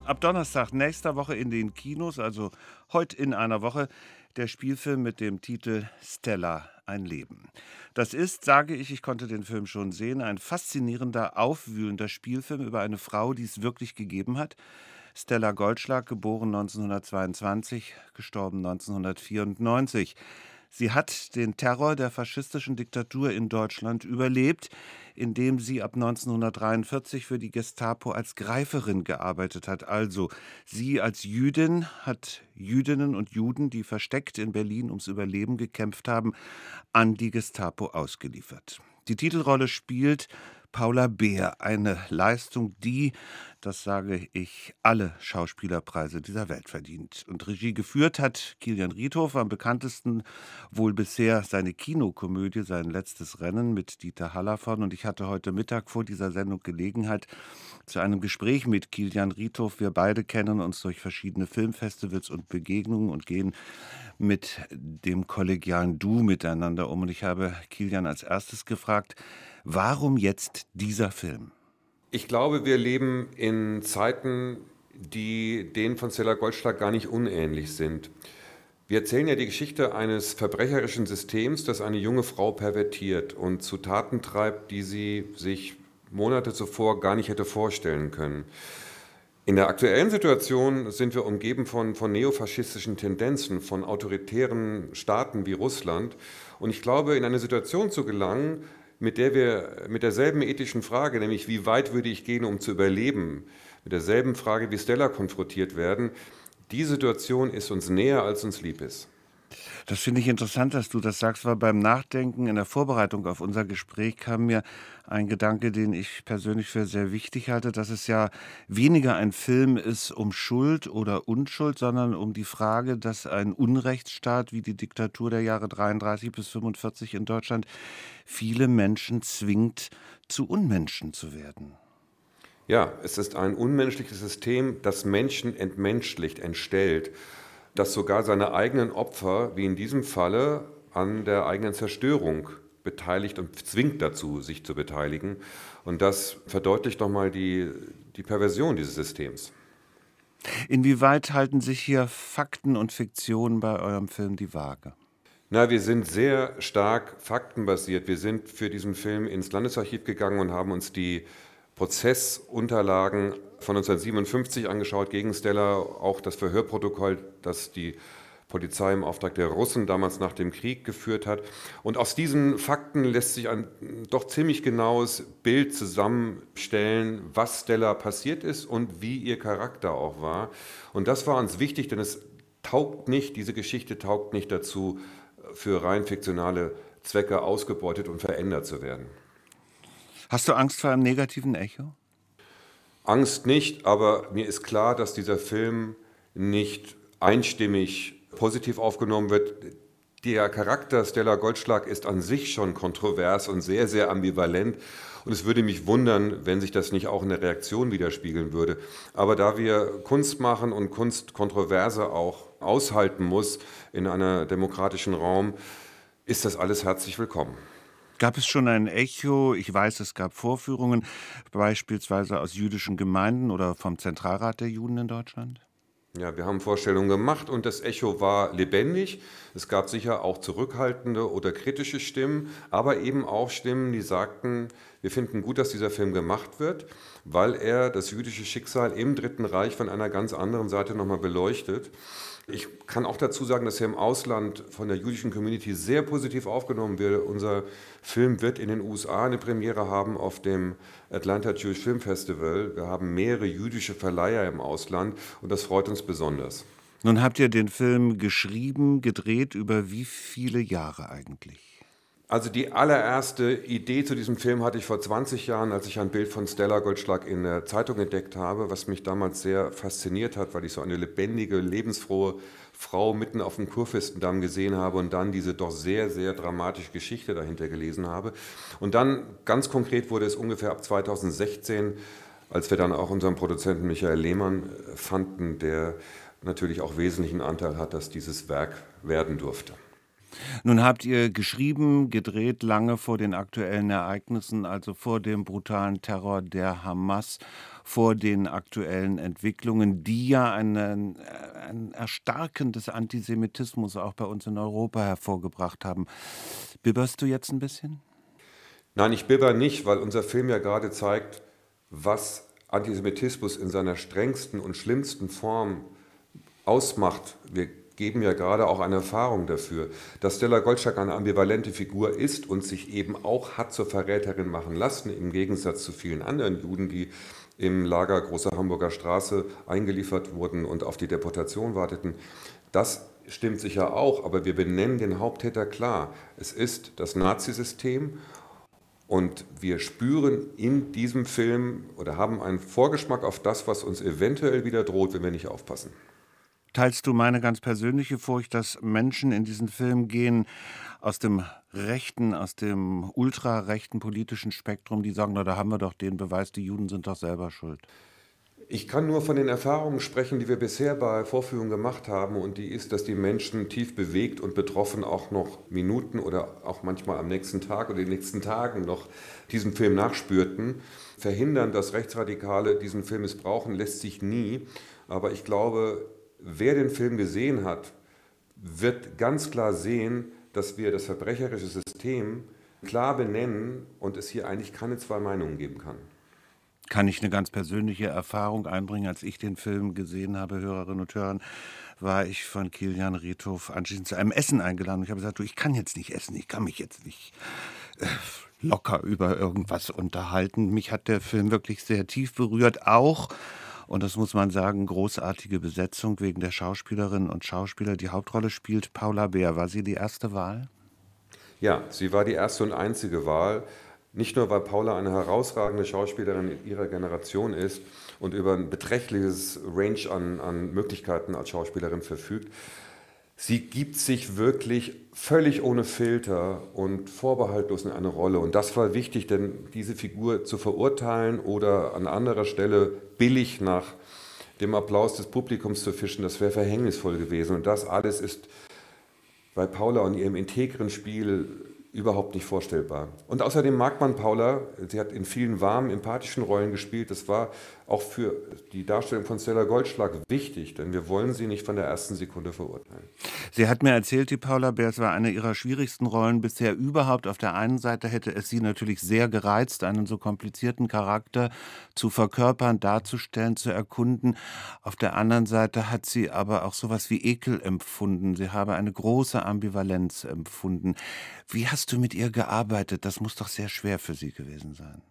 Ab Donnerstag nächster Woche in den Kinos, also heute in einer Woche, der Spielfilm mit dem Titel Stella, ein Leben. Das ist, sage ich konnte den Film schon sehen, ein faszinierender, aufwühlender Spielfilm über eine Frau, die es wirklich gegeben hat. Stella Goldschlag, geboren 1922, gestorben 1994. Sie hat den Terror der faschistischen Diktatur in Deutschland überlebt, indem sie ab 1943 für die Gestapo als Greiferin gearbeitet hat. Also sie als Jüdin hat Jüdinnen und Juden, die versteckt in Berlin ums Überleben gekämpft haben, an die Gestapo ausgeliefert. Die Titelrolle spielt Paula Beer, eine Leistung, die, das sage ich, alle Schauspielerpreise dieser Welt verdient. Und Regie geführt hat Kilian Riethofer, am bekanntesten wohl bisher seine Kinokomödie, sein letztes Rennen mit Dieter Hallervorden. Und ich hatte heute Mittag vor dieser Sendung Gelegenheit zu einem Gespräch mit Kilian Riethof. Wir beide kennen uns durch verschiedene Filmfestivals und Begegnungen und gehen mit dem kollegialen Du miteinander um. Und ich habe Kilian als erstes gefragt, warum jetzt dieser Film? Ich glaube, wir leben in Zeiten, die denen von Stella Goldschlag gar nicht unähnlich sind. Wir erzählen ja die Geschichte eines verbrecherischen Systems, das eine junge Frau pervertiert und zu Taten treibt, die sie sich Monate zuvor gar nicht hätte vorstellen können. In der aktuellen Situation sind wir umgeben von neofaschistischen Tendenzen, von autoritären Staaten wie Russland. Und ich glaube, in eine Situation zu gelangen, mit der wir mit derselben ethischen Frage, nämlich wie weit würde ich gehen, um zu überleben, mit derselben Frage wie Stella konfrontiert werden, die Situation ist uns näher, als uns lieb ist. Das finde ich interessant, dass du das sagst, weil beim Nachdenken in der Vorbereitung auf unser Gespräch kam mir ein Gedanke, den ich persönlich für sehr wichtig halte, dass es ja weniger ein Film ist um Schuld oder Unschuld, sondern um die Frage, dass ein Unrechtsstaat wie die Diktatur der Jahre 33 bis 45 in Deutschland viele Menschen zwingt, zu Unmenschen zu werden. Ja, es ist ein unmenschliches System, das Menschen entmenschlicht, entstellt, das sogar seine eigenen Opfer, wie in diesem Falle, an der eigenen Zerstörung beteiligt und zwingt dazu, sich zu beteiligen. Und das verdeutlicht nochmal die Perversion dieses Systems. Inwieweit halten sich hier Fakten und Fiktion bei eurem Film die Waage? Na, wir sind sehr stark faktenbasiert. Wir sind für diesen Film ins Landesarchiv gegangen und haben uns die Prozessunterlagen von 1957 angeschaut gegen Stella, auch das Verhörprotokoll, das die Polizei im Auftrag der Russen damals nach dem Krieg geführt hat. Und aus diesen Fakten lässt sich ein doch ziemlich genaues Bild zusammenstellen, was Stella passiert ist und wie ihr Charakter auch war. Und das war uns wichtig, denn es taugt nicht, diese Geschichte taugt nicht dazu, für rein fiktionale Zwecke ausgebeutet und verändert zu werden. Hast du Angst vor einem negativen Echo? Angst nicht, aber mir ist klar, dass dieser Film nicht einstimmig positiv aufgenommen wird. Der Charakter Stella Goldschlag ist an sich schon kontrovers und sehr, sehr ambivalent. Und es würde mich wundern, wenn sich das nicht auch in der Reaktion widerspiegeln würde. Aber da wir Kunst machen und Kunst Kontroverse auch aushalten muss in einem demokratischen Raum, ist das alles herzlich willkommen. Gab es schon ein Echo? Ich weiß, es gab Vorführungen, beispielsweise aus jüdischen Gemeinden oder vom Zentralrat der Juden in Deutschland? Ja, wir haben Vorstellungen gemacht und das Echo war lebendig. Es gab sicher auch zurückhaltende oder kritische Stimmen, aber eben auch Stimmen, die sagten, wir finden gut, dass dieser Film gemacht wird, weil er das jüdische Schicksal im Dritten Reich von einer ganz anderen Seite nochmal beleuchtet. Ich kann auch dazu sagen, dass er im Ausland von der jüdischen Community sehr positiv aufgenommen wird. Unser Film wird in den USA eine Premiere haben auf dem Atlanta Jewish Film Festival. Wir haben mehrere jüdische Verleiher im Ausland und das freut uns besonders. Nun habt ihr den Film geschrieben, gedreht, über wie viele Jahre eigentlich? Also die allererste Idee zu diesem Film hatte ich vor 20 Jahren, als ich ein Bild von Stella Goldschlag in der Zeitung entdeckt habe, was mich damals sehr fasziniert hat, weil ich so eine lebendige, lebensfrohe Frau mitten auf dem Kurfürstendamm gesehen habe und dann diese doch sehr, sehr dramatische Geschichte dahinter gelesen habe. Und dann ganz konkret wurde es ungefähr ab 2016, als wir dann auch unseren Produzenten Michael Lehmann fanden, der natürlich auch wesentlichen Anteil hat, dass dieses Werk werden durfte. Nun habt ihr geschrieben, gedreht, lange vor den aktuellen Ereignissen, also vor dem brutalen Terror der Hamas, vor den aktuellen Entwicklungen, die ja ein Erstarken des Antisemitismus auch bei uns in Europa hervorgebracht haben. Bibberst du jetzt ein bisschen? Nein, ich bibber nicht, weil unser Film ja gerade zeigt, was Antisemitismus in seiner strengsten und schlimmsten Form ausmacht. Wir geben ja gerade auch eine Erfahrung dafür, dass Stella Goldschlag eine ambivalente Figur ist und sich eben auch hat zur Verräterin machen lassen, im Gegensatz zu vielen anderen Juden, die im Lager Große Hamburger Straße eingeliefert wurden und auf die Deportation warteten. Das stimmt sicher auch, aber wir benennen den Haupttäter klar. Es ist das Nazisystem. Und wir spüren in diesem Film oder haben einen Vorgeschmack auf das, was uns eventuell wieder droht, wenn wir nicht aufpassen. Teilst du meine ganz persönliche Furcht, dass Menschen in diesen Film gehen aus dem rechten, aus dem ultrarechten politischen Spektrum, die sagen, na, da haben wir doch den Beweis, die Juden sind doch selber schuld? Ich kann nur von den Erfahrungen sprechen, die wir bisher bei Vorführungen gemacht haben, und die ist, dass die Menschen tief bewegt und betroffen auch noch Minuten oder auch manchmal am nächsten Tag oder den nächsten Tagen noch diesen Film nachspürten. Verhindern, dass Rechtsradikale diesen Film missbrauchen, lässt sich nie. Aber ich glaube, wer den Film gesehen hat, wird ganz klar sehen, dass wir das verbrecherische System klar benennen und es hier eigentlich keine zwei Meinungen geben kann. Kann ich eine ganz persönliche Erfahrung einbringen? Als ich den Film gesehen habe, Hörerinnen und Hörer, war ich von Kilian Riethof anschließend zu einem Essen eingeladen. Ich habe gesagt, du, ich kann jetzt nicht essen, ich kann mich jetzt nicht locker über irgendwas unterhalten. Mich hat der Film wirklich sehr tief berührt, auch, und das muss man sagen, großartige Besetzung wegen der Schauspielerinnen und Schauspieler. Die Hauptrolle spielt Paula Beer. War sie die erste Wahl? Ja, sie war die erste und einzige Wahl. Nicht nur, weil Paula eine herausragende Schauspielerin in ihrer Generation ist und über ein beträchtliches Range an Möglichkeiten als Schauspielerin verfügt. Sie gibt sich wirklich völlig ohne Filter und vorbehaltlos in eine Rolle. Und das war wichtig, denn diese Figur zu verurteilen oder an anderer Stelle billig nach dem Applaus des Publikums zu fischen, das wäre verhängnisvoll gewesen. Und das alles ist bei Paula und ihrem integren Spiel überhaupt nicht vorstellbar. Und außerdem mag man Paula, sie hat in vielen warmen, empathischen Rollen gespielt. Das war auch für die Darstellung von Stella Goldschlag wichtig, denn wir wollen sie nicht von der ersten Sekunde verurteilen. Sie hat mir erzählt, die Paula Beer, es war eine ihrer schwierigsten Rollen bisher überhaupt. Auf der einen Seite hätte es sie natürlich sehr gereizt, einen so komplizierten Charakter zu verkörpern, darzustellen, zu erkunden. Auf der anderen Seite hat sie aber auch sowas wie Ekel empfunden. Sie habe eine große Ambivalenz empfunden. Wie hast du mit ihr gearbeitet? Das muss doch sehr schwer für sie gewesen sein.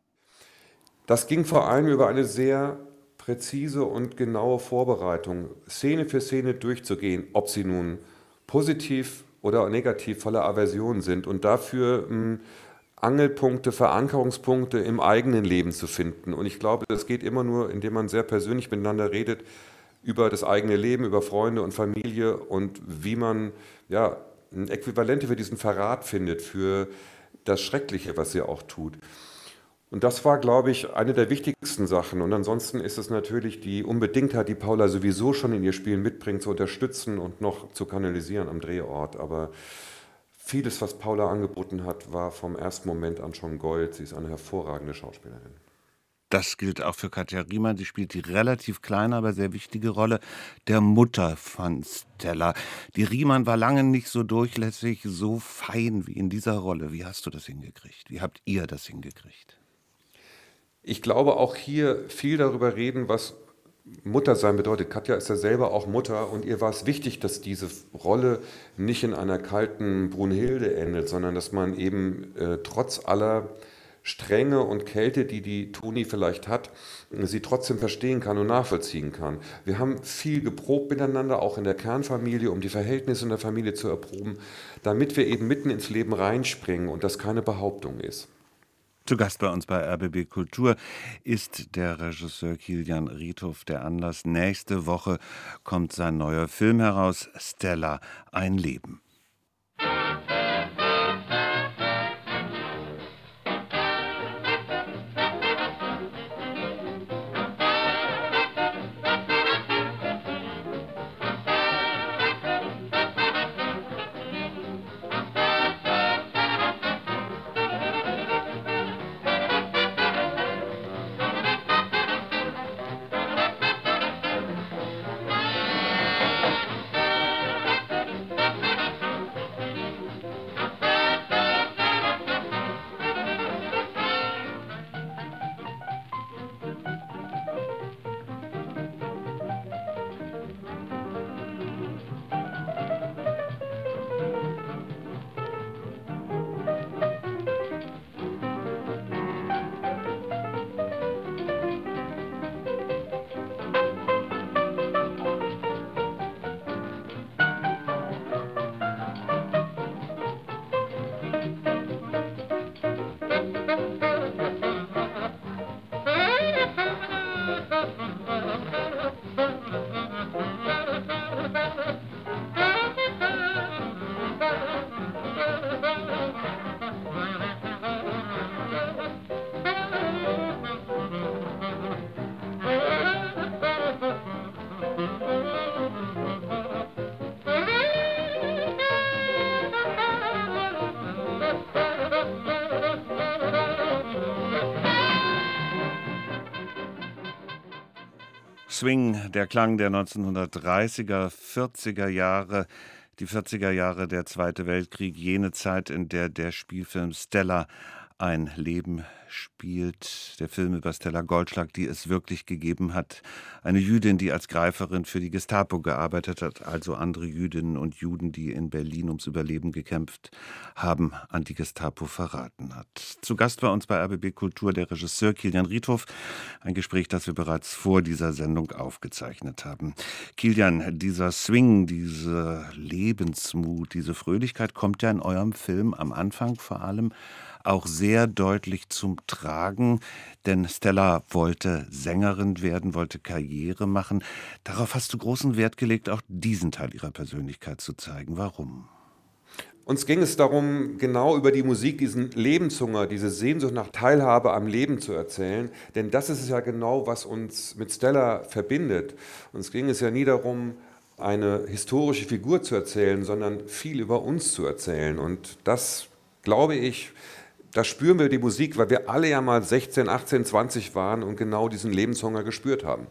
Das ging vor allem über eine sehr präzise und genaue Vorbereitung, Szene für Szene durchzugehen, ob sie nun positiv oder negativ voller Aversion sind, und dafür Angelpunkte, Verankerungspunkte im eigenen Leben zu finden. Und ich glaube, das geht immer nur, indem man sehr persönlich miteinander redet über das eigene Leben, über Freunde und Familie und wie man ein Äquivalent für diesen Verrat findet, für das Schreckliche, was sie auch tut. Und das war, glaube ich, eine der wichtigsten Sachen. Und ansonsten ist es natürlich die Unbedingtheit, die Paula sowieso schon in ihr Spiel mitbringt, zu unterstützen und noch zu kanalisieren am Drehort. Aber vieles, was Paula angeboten hat, war vom ersten Moment an schon Gold. Sie ist eine hervorragende Schauspielerin. Das gilt auch für Katja Riemann. Sie spielt die relativ kleine, aber sehr wichtige Rolle der Mutter von Stella. Die Riemann war lange nicht so durchlässig, so fein wie in dieser Rolle. Wie hast du das hingekriegt? Wie habt ihr das hingekriegt? Ich glaube, auch hier viel darüber reden, was Mutter sein bedeutet. Katja ist ja selber auch Mutter, und ihr war es wichtig, dass diese Rolle nicht in einer kalten Brunhilde endet, sondern dass man eben trotz aller Strenge und Kälte, die die Toni vielleicht hat, sie trotzdem verstehen kann und nachvollziehen kann. Wir haben viel geprobt miteinander, auch in der Kernfamilie, um die Verhältnisse in der Familie zu erproben, damit wir eben mitten ins Leben reinspringen und das keine Behauptung ist. Zu Gast bei uns bei RBB Kultur ist der Regisseur Kilian Riethof. Der Anlass: nächste Woche kommt sein neuer Film heraus, Stella, ein Leben. Swing, der Klang der 1930er, 40er Jahre, die 40er Jahre, der Zweite Weltkrieg, jene Zeit, in der der Spielfilm Stella ein Leben spielt. Der Film über Stella Goldschlag, die es wirklich gegeben hat. Eine Jüdin, die als Greiferin für die Gestapo gearbeitet hat, also andere Jüdinnen und Juden, die in Berlin ums Überleben gekämpft haben, an die Gestapo verraten hat. Zu Gast bei uns bei RBB Kultur der Regisseur Kilian Riethof. Ein Gespräch, das wir bereits vor dieser Sendung aufgezeichnet haben. Kilian, dieser Swing, diese Lebensmut, diese Fröhlichkeit kommt ja in eurem Film am Anfang vor allem auch sehr deutlich zum Tragen, denn Stella wollte Sängerin werden, wollte Karriere machen. Darauf hast du großen Wert gelegt, auch diesen Teil ihrer Persönlichkeit zu zeigen. Warum? Uns ging es darum, genau über die Musik, diesen Lebenshunger, diese Sehnsucht nach Teilhabe am Leben zu erzählen. Denn das ist es ja genau, was uns mit Stella verbindet. Uns ging es ja nie darum, eine historische Figur zu erzählen, sondern viel über uns zu erzählen. Und das, glaube ich, da spüren wir die Musik, weil wir alle ja mal 16, 18, 20 waren und genau diesen Lebenshunger gespürt haben.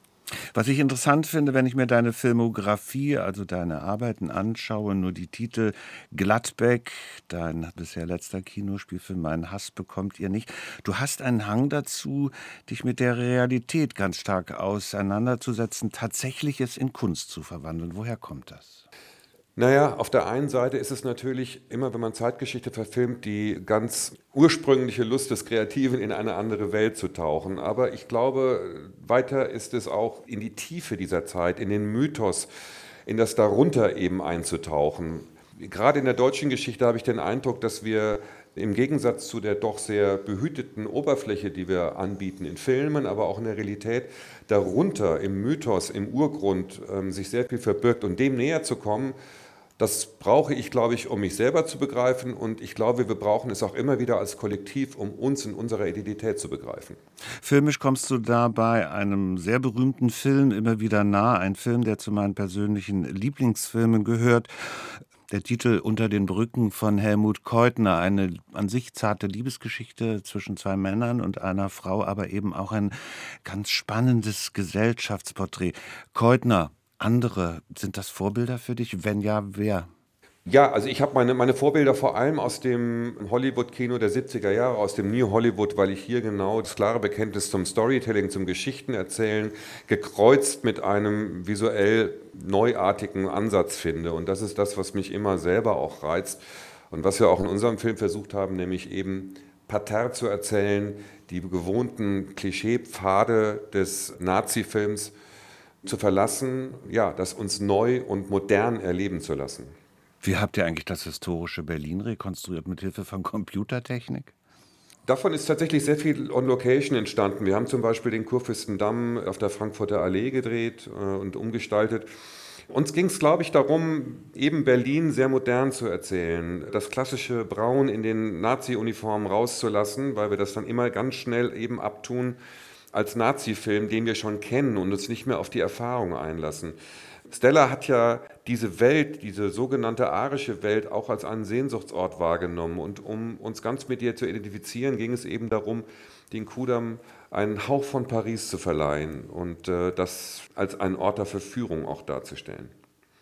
Was ich interessant finde, wenn ich mir deine Filmografie, also deine Arbeiten anschaue, nur die Titel Gladbeck, dein bisher letzter Kinospielfilm Mein Hass bekommt ihr nicht. Du hast einen Hang dazu, dich mit der Realität ganz stark auseinanderzusetzen, tatsächlich es in Kunst zu verwandeln. Woher kommt das? Naja, auf der einen Seite ist es natürlich immer, wenn man Zeitgeschichte verfilmt, die ganz ursprüngliche Lust des Kreativen, in eine andere Welt zu tauchen. Aber ich glaube, weiter ist es auch in die Tiefe dieser Zeit, in den Mythos, in das Darunter eben einzutauchen. Gerade in der deutschen Geschichte habe ich den Eindruck, dass wir im Gegensatz zu der doch sehr behüteten Oberfläche, die wir anbieten in Filmen, aber auch in der Realität, darunter im Mythos, im Urgrund sich sehr viel verbirgt. Und dem näher zu kommen, das brauche ich, glaube ich, um mich selber zu begreifen, und ich glaube, wir brauchen es auch immer wieder als Kollektiv, um uns in unserer Identität zu begreifen. Filmisch kommst du da bei einem sehr berühmten Film immer wieder nah, ein Film, der zu meinen persönlichen Lieblingsfilmen gehört. Der Titel Unter den Brücken von Helmut Keutner, eine an sich zarte Liebesgeschichte zwischen zwei Männern und einer Frau, aber eben auch ein ganz spannendes Gesellschaftsporträt. Keutner, andere, sind das Vorbilder für dich? Wenn ja, wer? Ja, also ich habe meine Vorbilder vor allem aus dem Hollywood-Kino der 70er Jahre, aus dem New Hollywood, weil ich hier genau das klare Bekenntnis zum Storytelling, zum Geschichtenerzählen, gekreuzt mit einem visuell neuartigen Ansatz finde. Und das ist das, was mich immer selber auch reizt und was wir auch in unserem Film versucht haben, nämlich eben parterre zu erzählen, die gewohnten Klischeepfade des Nazi-Films zu verlassen, ja, das uns neu und modern erleben zu lassen. Wie habt ihr eigentlich das historische Berlin rekonstruiert mit Hilfe von Computertechnik? Davon ist tatsächlich sehr viel on Location entstanden. Wir haben zum Beispiel den Kurfürstendamm auf der Frankfurter Allee gedreht und umgestaltet. Uns ging es, glaube ich, darum, eben Berlin sehr modern zu erzählen, das klassische Braun in den Nazi-Uniformen rauszulassen, weil wir das dann immer ganz schnell eben abtun als Nazi-Film, den wir schon kennen und uns nicht mehr auf die Erfahrung einlassen. Stella hat ja diese Welt, diese sogenannte arische Welt, auch als einen Sehnsuchtsort wahrgenommen. Und um uns ganz mit ihr zu identifizieren, ging es eben darum, den Kudamm einen Hauch von Paris zu verleihen und das als einen Ort der Verführung auch darzustellen.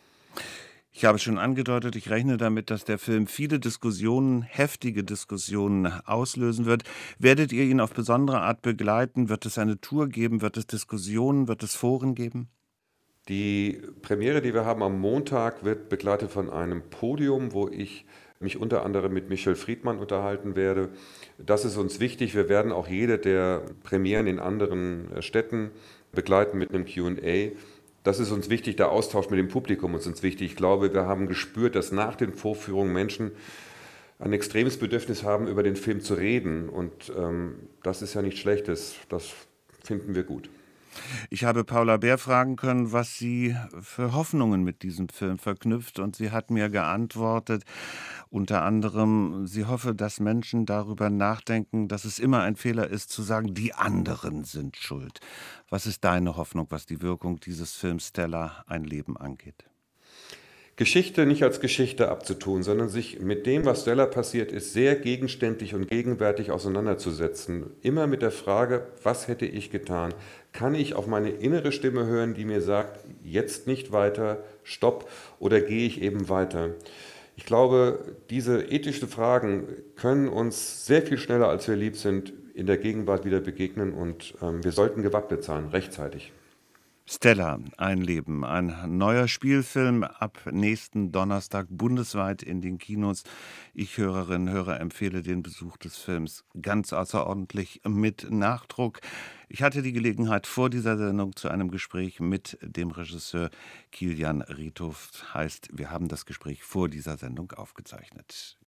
Ich habe es schon angedeutet, ich rechne damit, dass der Film viele Diskussionen, heftige Diskussionen auslösen wird. Werdet ihr ihn auf besondere Art begleiten? Wird es eine Tour geben? Wird es Diskussionen? Wird es Foren geben? Die Premiere, die wir haben am Montag, wird begleitet von einem Podium, wo ich mich unter anderem mit Michel Friedmann unterhalten werde. Das ist uns wichtig. Wir werden auch jede der Premieren in anderen Städten begleiten mit einem Q&A. Das ist uns wichtig, der Austausch mit dem Publikum ist uns wichtig. Ich glaube, wir haben gespürt, dass nach den Vorführungen Menschen ein extremes Bedürfnis haben, über den Film zu reden. Und das ist ja nichts Schlechtes. Das finden wir gut. Ich habe Paula Bär fragen können, was sie für Hoffnungen mit diesem Film verknüpft, und sie hat mir geantwortet, unter anderem, sie hoffe, dass Menschen darüber nachdenken, dass es immer ein Fehler ist, zu sagen, die anderen sind schuld. Was ist deine Hoffnung, was die Wirkung dieses Films Stella ein Leben angeht? Geschichte nicht als Geschichte abzutun, sondern sich mit dem, was Stella passiert ist, sehr gegenständlich und gegenwärtig auseinanderzusetzen. Immer mit der Frage, was hätte ich getan? Kann ich auf meine innere Stimme hören, die mir sagt, jetzt nicht weiter, stopp, oder gehe ich eben weiter? Ich glaube, diese ethischen Fragen können uns sehr viel schneller, als wir lieb sind, in der Gegenwart wieder begegnen und wir sollten gewappnet sein, rechtzeitig. Stella, ein Leben, ein neuer Spielfilm ab nächsten Donnerstag bundesweit in den Kinos. Ich, Hörerinnen und Hörer, empfehle den Besuch des Films ganz außerordentlich mit Nachdruck. Ich hatte die Gelegenheit vor dieser Sendung zu einem Gespräch mit dem Regisseur Kilian Riethoff. Heißt, wir haben das Gespräch vor dieser Sendung aufgezeichnet.